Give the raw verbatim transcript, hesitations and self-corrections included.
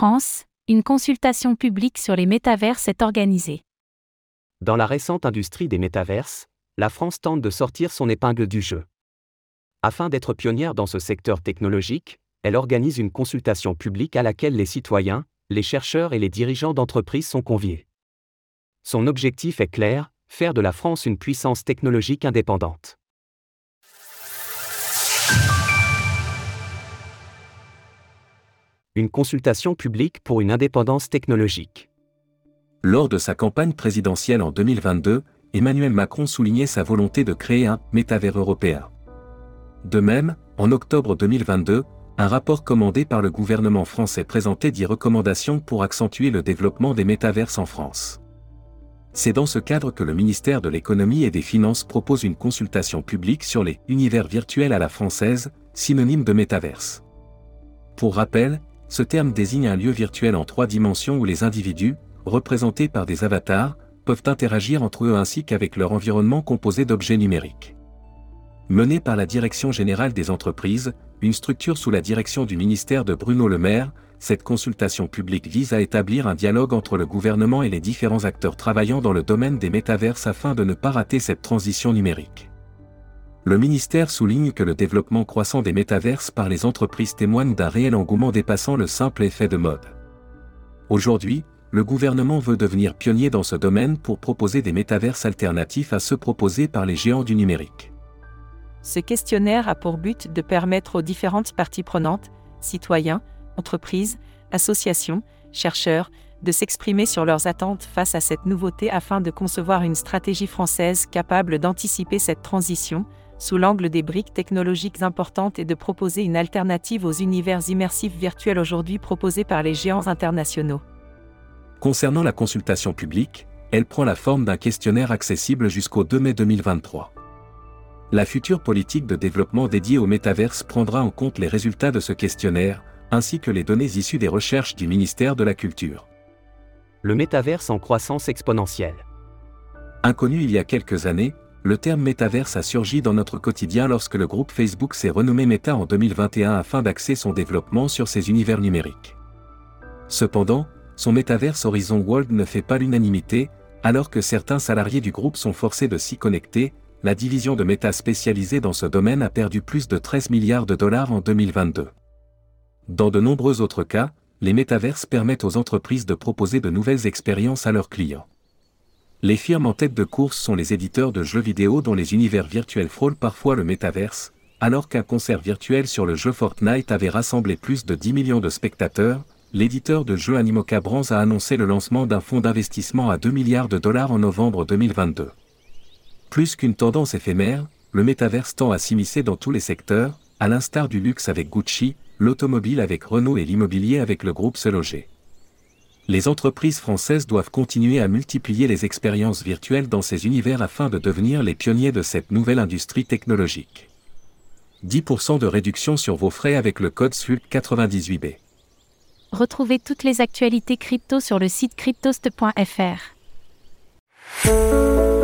France, une consultation publique sur les métaverses est organisée. Dans la récente industrie des métaverses, la France tente de sortir son épingle du jeu. Afin d'être pionnière dans ce secteur technologique, elle organise une consultation publique à laquelle les citoyens, les chercheurs et les dirigeants d'entreprises sont conviés. Son objectif est clair, faire de la France une puissance technologique indépendante. Une consultation publique pour une indépendance technologique. Lors de sa campagne présidentielle en deux mille vingt-deux, Emmanuel Macron soulignait sa volonté de créer un « métavers européen ». De même, en octobre deux mille vingt-deux, un rapport commandé par le gouvernement français présentait dix recommandations pour accentuer le développement des métaverses en France. C'est dans ce cadre que le ministère de l'Économie et des Finances propose une consultation publique sur les « univers virtuels à la française », synonyme de métaverse. Pour rappel, ce terme désigne un lieu virtuel en trois dimensions où les individus, représentés par des avatars, peuvent interagir entre eux ainsi qu'avec leur environnement composé d'objets numériques. Menée par la Direction générale des entreprises, une structure sous la direction du ministère de Bruno Le Maire, cette consultation publique vise à établir un dialogue entre le gouvernement et les différents acteurs travaillant dans le domaine des métaverses afin de ne pas rater cette transition numérique. Le ministère souligne que le développement croissant des métaverses par les entreprises témoigne d'un réel engouement dépassant le simple effet de mode. Aujourd'hui, le gouvernement veut devenir pionnier dans ce domaine pour proposer des métaverses alternatifs à ceux proposés par les géants du numérique. Ce questionnaire a pour but de permettre aux différentes parties prenantes, citoyens, entreprises, associations, chercheurs, de s'exprimer sur leurs attentes face à cette nouveauté afin de concevoir une stratégie française capable d'anticiper cette transition, sous l'angle des briques technologiques importantes et de proposer une alternative aux univers immersifs virtuels aujourd'hui proposés par les géants internationaux. Concernant la consultation publique, elle prend la forme d'un questionnaire accessible jusqu'au deux mai deux mille vingt-trois. La future politique de développement dédiée au métaverse prendra en compte les résultats de ce questionnaire, ainsi que les données issues des recherches du ministère de la Culture. Le métaverse en croissance exponentielle. Inconnu il y a quelques années, le terme métaverse a surgi dans notre quotidien lorsque le groupe Facebook s'est renommé Meta en deux mille vingt et un afin d'axer son développement sur ses univers numériques. Cependant, son métaverse Horizon World ne fait pas l'unanimité, alors que certains salariés du groupe sont forcés de s'y connecter. La division de Meta spécialisée dans ce domaine a perdu plus de treize milliards de dollars en deux mille vingt-deux. Dans de nombreux autres cas, les métaverses permettent aux entreprises de proposer de nouvelles expériences à leurs clients. Les firmes en tête de course sont les éditeurs de jeux vidéo dont les univers virtuels frôlent parfois le métaverse, alors qu'un concert virtuel sur le jeu Fortnite avait rassemblé plus de dix millions de spectateurs. L'éditeur de jeux Animoca Brands a annoncé le lancement d'un fonds d'investissement à deux milliards de dollars en novembre deux mille vingt-deux. Plus qu'une tendance éphémère, le métaverse tend à s'immiscer dans tous les secteurs, à l'instar du luxe avec Gucci, l'automobile avec Renault et l'immobilier avec le groupe Se Loger. Les entreprises françaises doivent continuer à multiplier les expériences virtuelles dans ces univers afin de devenir les pionniers de cette nouvelle industrie technologique. dix pour cent de réduction sur vos frais avec le code S U L quatre-vingt-dix-huit B. Retrouvez toutes les actualités crypto sur le site cryptost point f r.